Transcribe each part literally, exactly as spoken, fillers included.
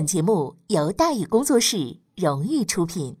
本节目由大宇工作室荣誉出品。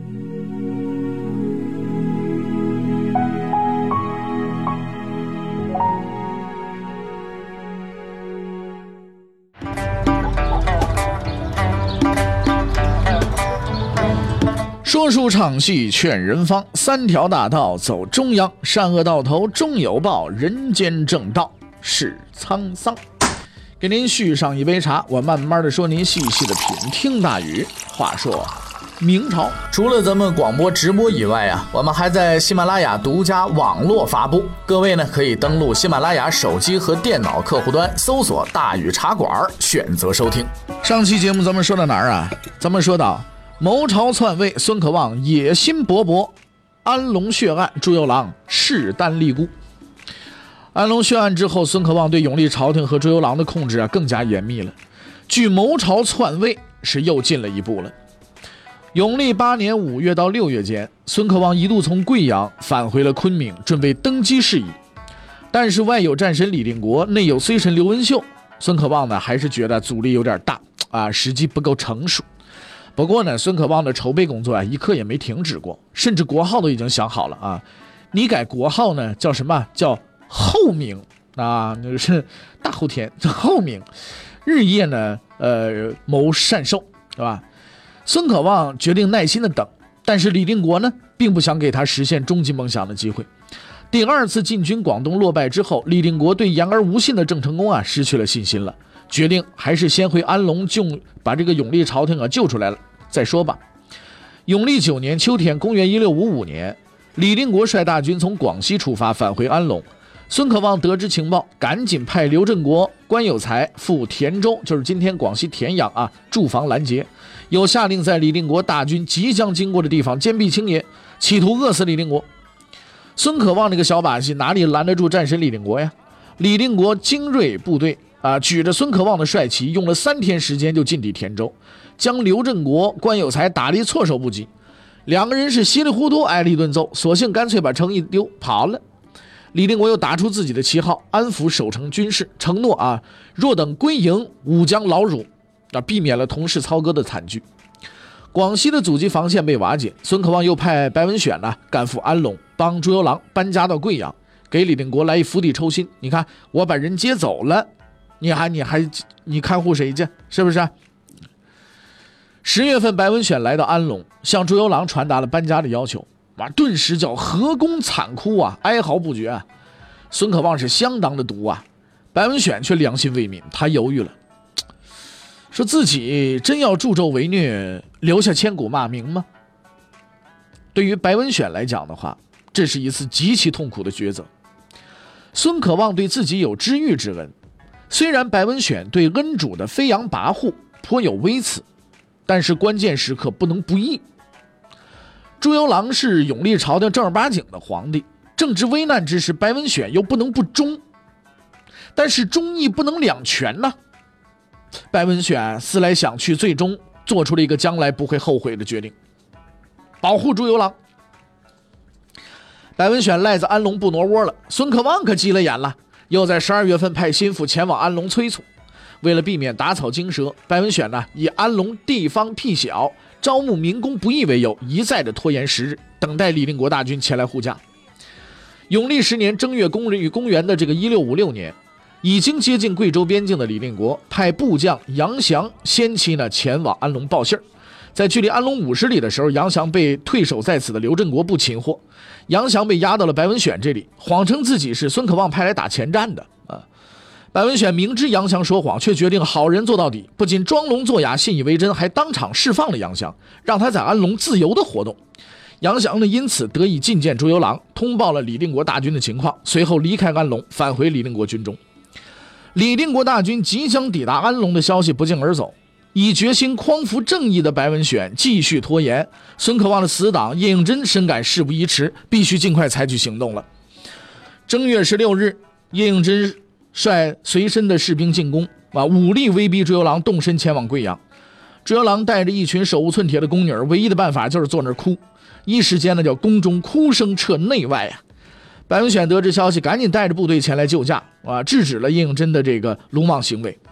说书唱戏劝人方，三条大道走中央，善恶到头终有报，人间正道是沧桑。给您续上一杯茶，我慢慢的说，您细细的品。听大宇。话说明朝， 除了咱们广播直播以外啊，我们还在喜马拉雅独家网络发布。各位呢，可以登录喜马拉雅手机和电脑客户端，搜索大宇茶馆，选择收听。 上期节目咱们说到哪儿啊？咱们说到谋朝篡位，孙可望野心勃勃，安龙血案，朱由榔势单力孤。安龙血案之后，孙可望对永历朝廷和朱由榔的控制啊更加严密了，距谋朝篡位是又近了一步了。永历八年五月到六月间，孙可望一度从贵阳返回了昆明，准备登基事宜。但是外有战神李定国，内有随臣刘文秀，孙可望呢还是觉得阻力有点大啊，时机不够成熟。不过呢，孙可望的筹备工作啊一刻也没停止过，甚至国号都已经想好了啊。你改国号呢叫什么？叫后明啊，那是大后天叫后明，日夜呢呃谋善寿，是吧？孙可望决定耐心的等，但是李定国呢并不想给他实现终极梦想的机会。第二次进军广东落败之后，李定国对言而无信的郑成功啊失去了信心了，决定还是先回安龙救把这个永历朝廷啊救出来了再说吧。永历九年秋天，公元一六五五年，李定国率大军从广西出发返回安龙。孙可望得知情报，赶紧派刘振国、关有才赴田州，就是今天广西田阳啊，驻防拦截，又下令在李定国大军即将经过的地方坚壁清野，企图饿死李定国。孙可望这个小把戏哪里拦得住战神李定国呀？李定国精锐部队啊，举着孙可望的帅旗，用了三天时间就进抵田州，将刘振国、关有才打得措手不及。两个人是稀里糊涂挨了一顿揍，索性干脆把城一丢跑了。李定国又打出自己的旗号，安抚守城军士，承诺啊，若等归营，吾将劳辱，啊，避免了同室操戈的惨剧。广西的阻击防线被瓦解，孙可望又派白文选呢、啊、赶赴安龙，帮朱由榔搬家到贵阳，给李定国来一釜底抽薪。你看，我把人接走了，你还你还你看护谁去？是不是？十月份，白文选来到安龙，向朱由榔传达了搬家的要求。顿时叫河宫惨哭啊，哀嚎不绝啊。孙可望是相当的毒啊，白文选却良心未泯，他犹豫了，说自己真要助纣为虐，留下千古骂名吗？对于白文选来讲的话，这是一次极其痛苦的抉择。孙可望对自己有知遇之恩，虽然白文选对恩主的飞扬跋扈颇有微词，但是关键时刻不能不义。朱由榔是永历朝廷正儿八经的皇帝，正值危难之时，白文选又不能不忠，但是忠义不能两全呢。白文选思来想去，最终做出了一个将来不会后悔的决定，保护朱由榔。白文选赖在安龙不挪窝了，孙可望可急了眼了，又在十二月份派心腹前往安龙催促。为了避免打草惊蛇，白文选呢以安龙地方僻小，招募民工不易为由，一再的拖延时日，等待李定国大军前来护驾。永历十年正月公与公元的这个一六五六年，已经接近贵州边境的李定国派部将杨祥先期呢前往安龙报信儿。在距离安龙五十里的时候，杨祥被退守在此的刘振国部擒获，杨祥被押到了白文选这里，谎称自己是孙可望派来打前站的啊。白文选明知杨祥说谎，却决定好人做到底，不仅装聋作哑信以为真，还当场释放了杨祥，让他在安龙自由的活动。杨祥呢因此得以觐见朱由榔，通报了李定国大军的情况，随后离开安龙，返回李定国军中。李定国大军即将抵达安龙的消息不胫而走，以决心匡扶正义的白文选继续拖延，孙可望的死党叶应真深感事不宜迟，必须尽快采取行动了。正月十六日，叶应真率随身的士兵进攻啊，武力威逼朱由榔动身前往贵阳。朱由榔带着一群手无寸铁的宫女，唯一的办法就是坐那儿哭，一时间呢叫宫中哭声彻内外啊。白文选得知消息，赶紧带着部队前来救驾啊，制止了叶应真的这个鲁莽行为。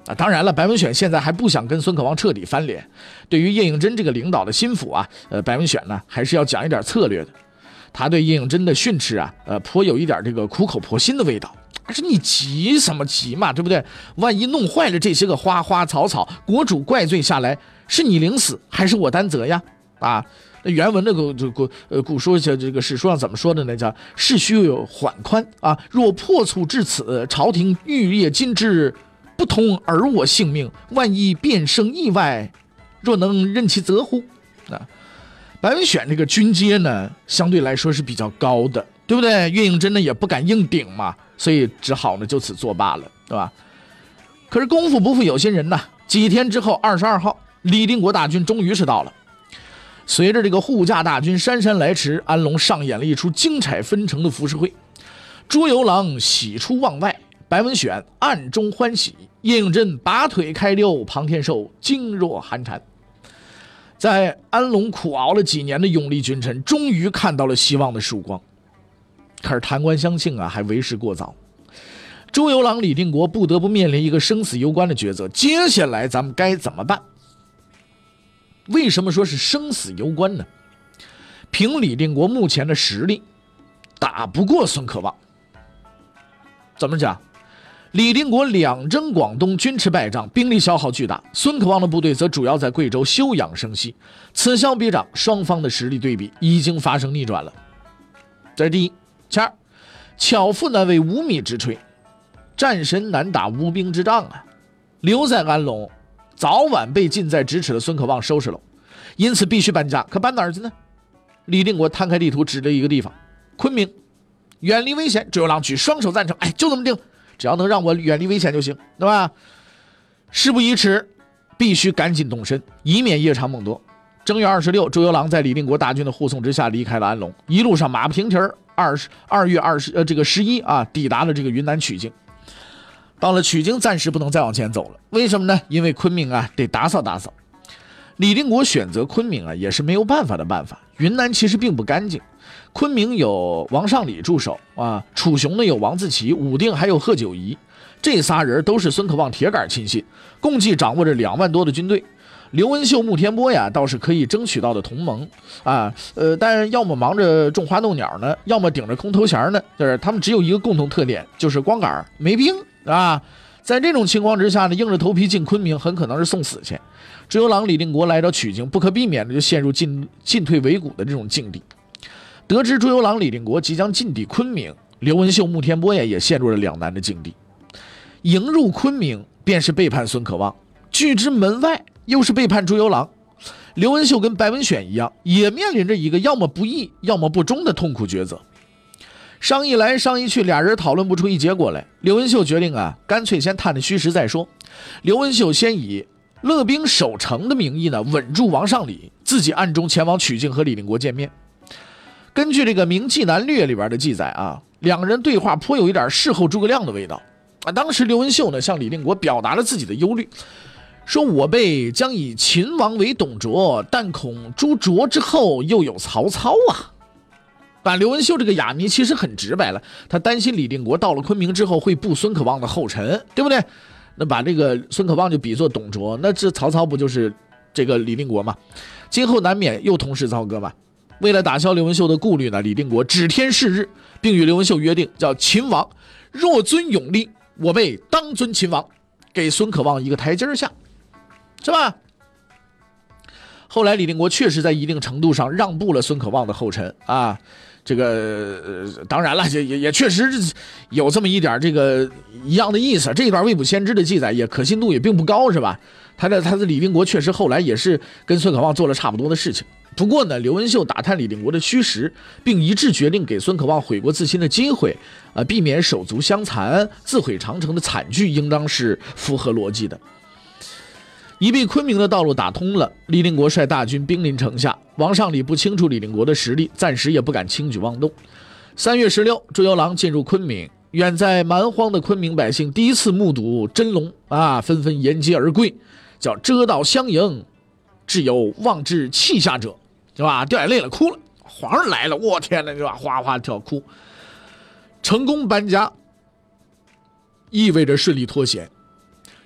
啊，当然了，白文选现在还不想跟孙可望彻底翻脸。对于叶应真这个领导的心腹啊，呃，白文选呢还是要讲一点策略的。他对叶应真的训斥啊，呃，颇有一点这个苦口婆心的味道。而是你急什么急嘛，对不对？万一弄坏了这些个花花草草，国主怪罪下来，是你领死还是我担责呀？啊，那原文那个这个呃古书这个史书上怎么说的呢？叫事须有缓宽啊，若破促至此，朝廷欲列今之。不通而我性命，万一变生意外，若能任其责乎？啊，白文选这个军阶呢，相对来说是比较高的，对不对？岳应真呢也不敢硬顶嘛，所以只好呢就此作罢了，对吧？可是功夫不负有心人呐，几天之后，二十二号，李定国大军终于是到了。随着这个护驾大军姗姗来迟，安龙上演了一出精彩纷呈的浮世绘。朱由榔喜出望外，白文选暗中欢喜，叶应真拔腿开溜，庞天寿惊若寒蝉。在安龙苦熬了几年的永历君臣，终于看到了希望的曙光。可是谈官相庆啊，还为时过早。朱由榔、李定国不得不面临一个生死攸关的抉择，接下来咱们该怎么办？为什么说是生死攸关呢？凭李定国目前的实力，打不过孙可望。怎么讲？李定国两征广东，军吃败仗，兵力消耗巨大。孙可望的部队则主要在贵州休养生息。此消彼长，双方的实力对比已经发生逆转了。这是第一。其二，巧妇难为无米之炊，战神难打无兵之仗啊！留在安龙，早晚被近在咫尺的孙可望收拾了，因此必须搬家。可搬哪儿去呢？李定国摊开地图，指着一个地方：昆明。远离危险，朱由榔举双手赞成，哎，就这么定。只要能让我远离危险就行，对吧？事不宜迟，必须赶紧动身，以免夜长梦多。正月二十六，朱由榔在李定国大军的护送之下离开了安龙，一路上马不停蹄儿。二十二月二十呃这个十一啊，抵达了这个云南曲靖。到了曲靖，暂时不能再往前走了，为什么呢？因为昆明啊得打扫打扫。李定国选择昆明啊，也是没有办法的办法。云南其实并不干净。昆明有王尚礼驻守啊，楚雄呢有王自奇，武定还有贺九仪，这仨人都是孙可望铁杆亲信，共计掌握着两万多的军队。刘文秀、穆天波呀，倒是可以争取到的同盟啊，呃，但要么忙着种花弄鸟呢，要么顶着空头衔呢，就是他们只有一个共同特点，就是光杆没兵啊。在这种情况之下呢，硬着头皮进昆明，很可能是送死去。朱由榔、李定国来到曲靖，不可避免的就陷入进进退维谷的这种境地。得知朱由榔、李定国即将进抵昆明，刘文秀、穆天波呀也陷入了两难的境地。迎入昆明便是背叛孙可望，拒之门外又是背叛朱由榔。刘文秀跟白文选一样，也面临着一个要么不义，要么不忠的痛苦抉择。商议来商议去，俩人讨论不出一结果来。刘文秀决定啊，干脆先探着虚实再说。刘文秀先以勒兵守城的名义呢，稳住王尚礼，自己暗中前往曲靖和李定国见面。根据这个《明纪南略》里边的记载啊，两人对话颇有一点事后诸葛亮的味道啊。当时刘文秀呢向李定国表达了自己的忧虑，说我辈将以秦王为董卓，但恐朱卓之后又有曹操啊。啊，刘文秀这个哑谜其实很直白了，他担心李定国到了昆明之后会步孙可望的后尘，对不对？那把这个孙可望就比作董卓，那这曹操不就是这个李定国吗？今后难免又同室操戈嘛。为了打消刘文秀的顾虑呢，李定国指天誓日，并与刘文秀约定，叫秦王若尊永历，我辈当尊秦王，给孙可望一个台阶下，是吧？后来李定国确实在一定程度上让步了孙可望的后尘啊，这个、呃、当然了，也也确实有这么一点这个一样的意思。这一段未卜先知的记载也可信度也并不高，是吧？他的他的李定国确实后来也是跟孙可望做了差不多的事情。不过呢，刘文秀打探李定国的虚实，并一致决定给孙可望悔过自新的机会，呃，避免手足相残、自毁长城的惨剧，应当是符合逻辑的。一臂昆明的道路打通了，李定国率大军兵临城下。王尚礼不清楚李定国的实力，暂时也不敢轻举妄动。三月十六，朱由榔进入昆明，远在蛮荒的昆明百姓第一次目睹真龙啊，纷纷沿街而跪，叫遮道相迎，只有望至泣下者，是吧？掉眼泪了，哭了。皇上来了，我天哪，是吧？哗哗跳哭。成功搬家，意味着顺利脱险。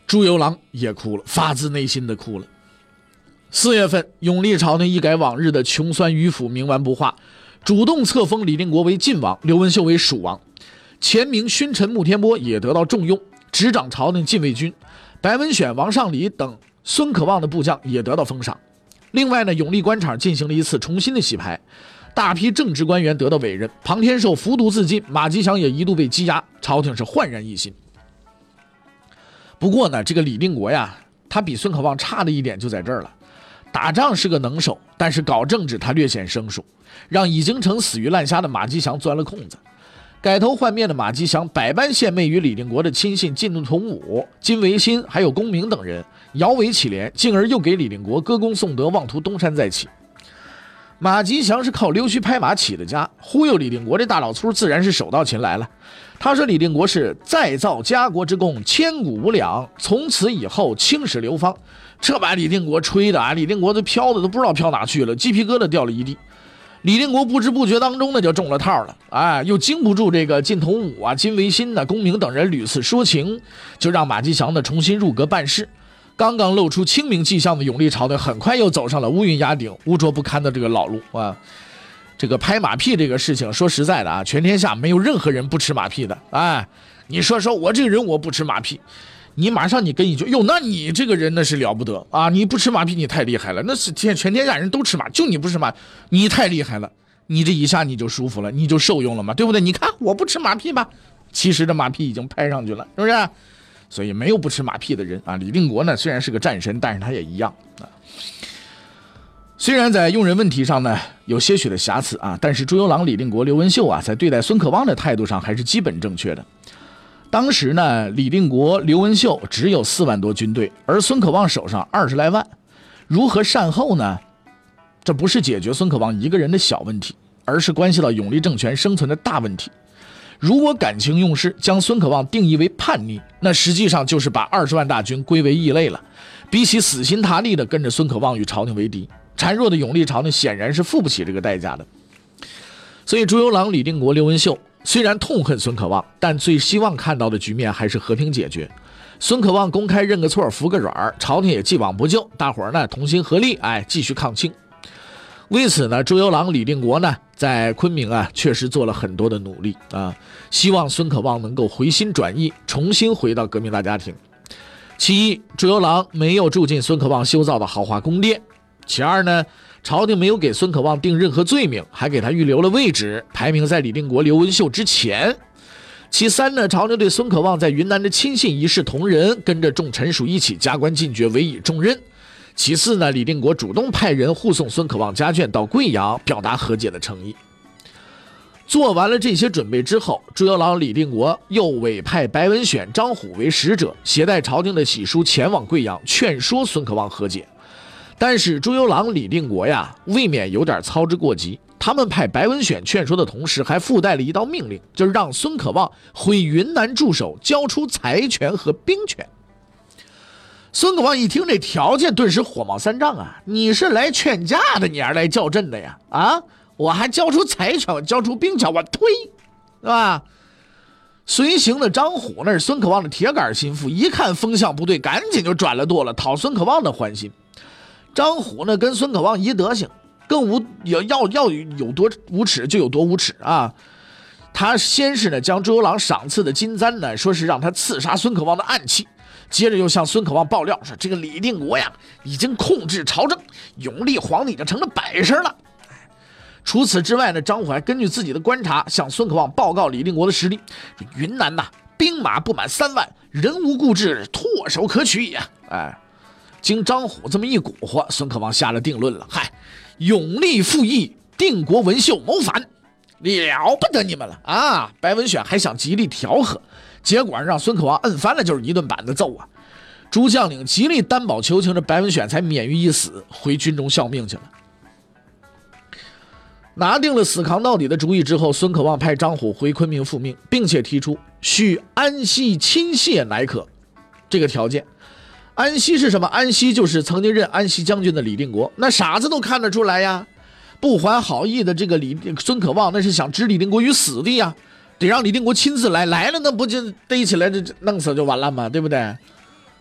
朱由榔也哭了，发自内心的哭了。四月份，永历朝廷一改往日的穷酸迂腐、冥顽不化，主动册封李定国为晋王，刘文秀为蜀王。前明勋臣穆天波也得到重用，执掌朝廷禁卫军。白文选、王尚礼等孙可望的部将也得到封赏。另外呢，永历官场进行了一次重新的洗牌，大批正职官员得到委任，庞天寿服毒自尽，马吉祥也一度被羁押，朝廷是焕然一新。不过呢，这个李定国呀，他比孙可望差的一点就在这儿了。打仗是个能手，但是搞政治他略显生疏，让已经成死鱼烂虾的马吉祥钻了空子。改头换面的马吉祥百般献媚于李定国的亲信靳同武、金维新还有龚明等人，摇尾乞怜，进而又给李定国歌功颂德，妄图东山再起。马吉祥是靠溜须拍马起的家，忽悠李定国这大老粗自然是手到擒来了。他说李定国是再造家国之功，千古无两，从此以后青史流芳。这把李定国吹的啊，李定国都飘的都不知道飘哪去了，鸡皮疙瘩掉了一地。李定国不知不觉当中呢就中了套了，哎，又经不住这个靳同武啊、金维新啊、龚明等人屡次说情，就让马吉祥呢重新入阁办事。刚刚露出清明迹象的永历朝廷，很快又走上了乌云压顶、污浊不堪的这个老路啊。这个拍马屁这个事情，说实在的啊，全天下没有任何人不吃马屁的。哎，你说说我这个人我不吃马屁，你马上你跟一句，哟，那你这个人那是了不得啊！你不吃马屁，你太厉害了。那是天全天下人都吃马，就你不吃马，你太厉害了。你这一下你就舒服了，你就受用了嘛，对不对？你看我不吃马屁吧，其实这马屁已经拍上去了，是不是？所以没有不吃马屁的人啊。李定国呢，虽然是个战神，但是他也一样啊。虽然在用人问题上呢有些许的瑕疵啊，但是朱由榔、李定国、刘文秀啊，在对待孙可望的态度上还是基本正确的。当时呢，李定国、刘文秀只有四万多军队，而孙可望手上二十来万，如何善后呢？这不是解决孙可望一个人的小问题，而是关系到永历政权生存的大问题。如果感情用事，将孙可望定义为叛逆，那实际上就是把二十万大军归为异类了。比起死心塌地的跟着孙可望与朝廷为敌，孱弱的永历朝廷显然是付不起这个代价的。所以朱由榔、李定国、刘文秀虽然痛恨孙可望，但最希望看到的局面还是和平解决。孙可望公开认个错、服个软，朝廷也既往不咎，大伙儿呢同心合力，哎，继续抗清。为此呢，朱由榔、李定国呢在昆明啊确实做了很多的努力啊，希望孙可望能够回心转意，重新回到革命大家庭。其一，朱由榔没有住进孙可望修造的豪华宫殿；其二呢，朝廷没有给孙可望定任何罪名，还给他预留了位置，排名在李定国、刘文秀之前。其三呢，朝廷对孙可望在云南的亲信一视同仁，跟着众臣属一起加官进爵，委以重任。其次呢，李定国主动派人护送孙可望家眷到贵阳，表达和解的诚意。做完了这些准备之后，朱由榔、李定国又委派白文选、张虎为使者，携带朝廷的喜书前往贵阳，劝说孙可望和解。但是朱由榔、李定国呀，未免有点操之过急。他们派白文选劝说的同时，还附带了一道命令，就是让孙可望回云南驻守，交出财权和兵权。孙可望一听这条件，顿时火冒三丈啊！你是来劝架的，你还是来叫阵的呀？啊！我还交出财权，我交出兵权，我推，是吧？随行的张虎那是孙可望的铁杆心腹，一看风向不对，赶紧就转了舵了，讨孙可望的欢心。张虎呢，跟孙可望一德行，更无要要要有多无耻就有多无耻啊！他先是呢将朱由榔赏赐的金簪呢，说是让他刺杀孙可望的暗器。接着又向孙可望爆料说，这个李定国呀已经控制朝政，永历皇帝已经成了摆设了。除此之外呢，张虎还根据自己的观察向孙可望报告李定国的实力，云南呐兵马不满三万，人无固志，唾手可取也。哎，经张虎这么一蛊惑，孙可望下了定论了，嗨，永历复议，定国文秀谋反，了不得你们了啊！白文选还想极力调和，结果让孙可望摁翻了，就是一顿板子揍啊！诸将领极力担保求情，这白文选才免于一死，回军中效命去了。拿定了死扛到底的主意之后，孙可望派张虎回昆明复命，并且提出需安西亲谢乃可这个条件。安西是什么？安西就是曾经任安西将军的李定国，那傻子都看得出来呀。不怀好意的这个李孙可望，那是想置李定国于死地呀，得让李定国亲自来，来了那不就逮起来这弄死就完了吗？对不对？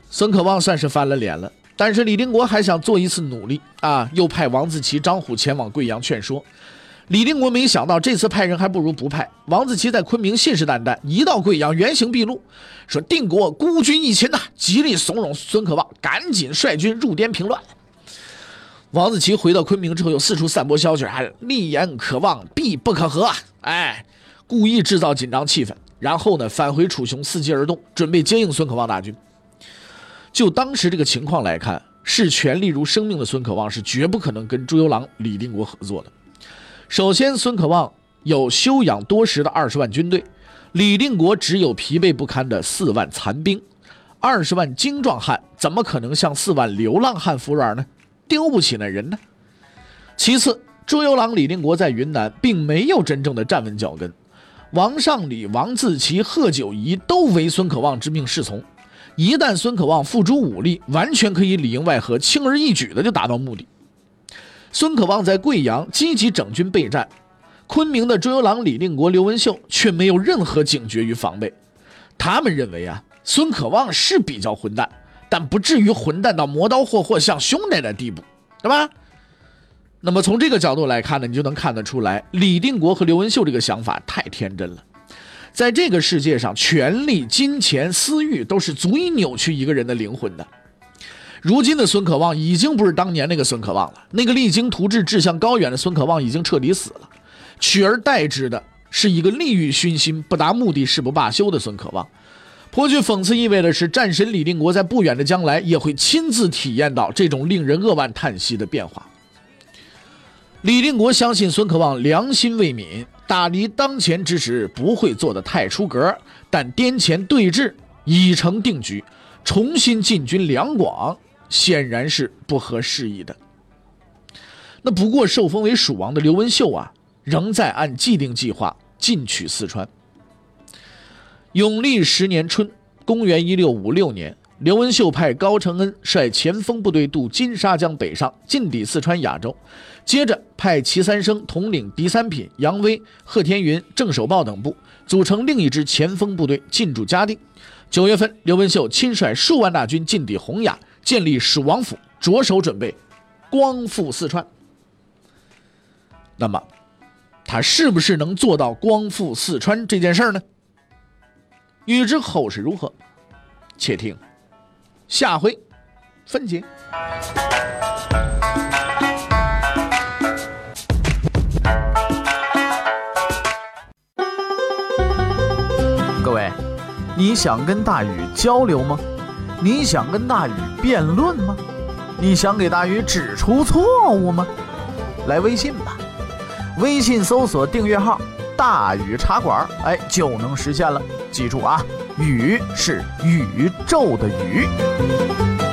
孙可望算是翻了脸了，但是李定国还想做一次努力啊，又派王自奇、张虎前往贵阳劝说。李定国没想到这次派人还不如不派。王自奇在昆明信誓旦旦，一到贵阳原形毕露，说定国孤军一擒呐、啊，极力怂恿孙可望赶紧率军入滇平乱。王自奇回到昆明之后，又四处散播消息，还立言可望必不可和，哎，故意制造紧张气氛，然后呢返回楚雄，伺机而动，准备接应孙可望大军。就当时这个情况来看，视权力如生命的孙可望是绝不可能跟朱由榔、李定国合作的。首先，孙可望有休养多时的二十万军队，李定国只有疲惫不堪的四万残兵，二十万精壮汉怎么可能向四万流浪汉服软呢？丢不起那人呢。其次，朱由榔、李定国在云南并没有真正的站稳脚跟，王尚礼、王自奇、贺九夷都为孙可望之命是从。一旦孙可望付诸武力，完全可以里应外合，轻而易举的就达到目的。孙可望在贵阳积极整军备战，昆明的朱由榔、李定国、刘文秀却没有任何警觉与防备。他们认为啊，孙可望是比较混蛋，但不至于混蛋到磨刀霍霍像兄弟的地步，对吧？那么从这个角度来看呢，你就能看得出来，李定国和刘文秀这个想法太天真了。在这个世界上，权力、金钱、私欲都是足以扭曲一个人的灵魂的。如今的孙可望已经不是当年那个孙可望了，那个励精图治、志向高远的孙可望已经彻底死了，取而代之的是一个利欲熏心、不达目的誓不罢休的孙可望。颇具讽刺意味的是，战神李定国在不远的将来也会亲自体验到这种令人扼腕叹息的变化。李定国相信孙可望良心未泯，大离当前之时不会做得太出格，但滇黔对峙已成定局，重新进军两广显然是不合时宜的。那不过受封为蜀王的刘文秀啊，仍在按既定计划进取四川。永历十年春，公元一六五六年，刘文秀派高承恩率前锋部队渡金沙江北上，进抵四川雅州。接着派齐三生统领狄三品、杨威、贺天云、郑守豹等部，组成另一支前锋部队进驻嘉定。九月份，刘文秀亲率数万大军进抵洪雅，建立蜀王府，着手准备光复四川。那么他是不是能做到光复四川这件事呢？欲知后事如何，且听下回分解。 各位，你想跟大禹交流吗？你想跟大禹辩论吗？你想给大禹指出错误吗？来微信吧，微信搜索订阅号大禹茶馆，哎，就能实现了。记住啊，禹是宇宙的宇。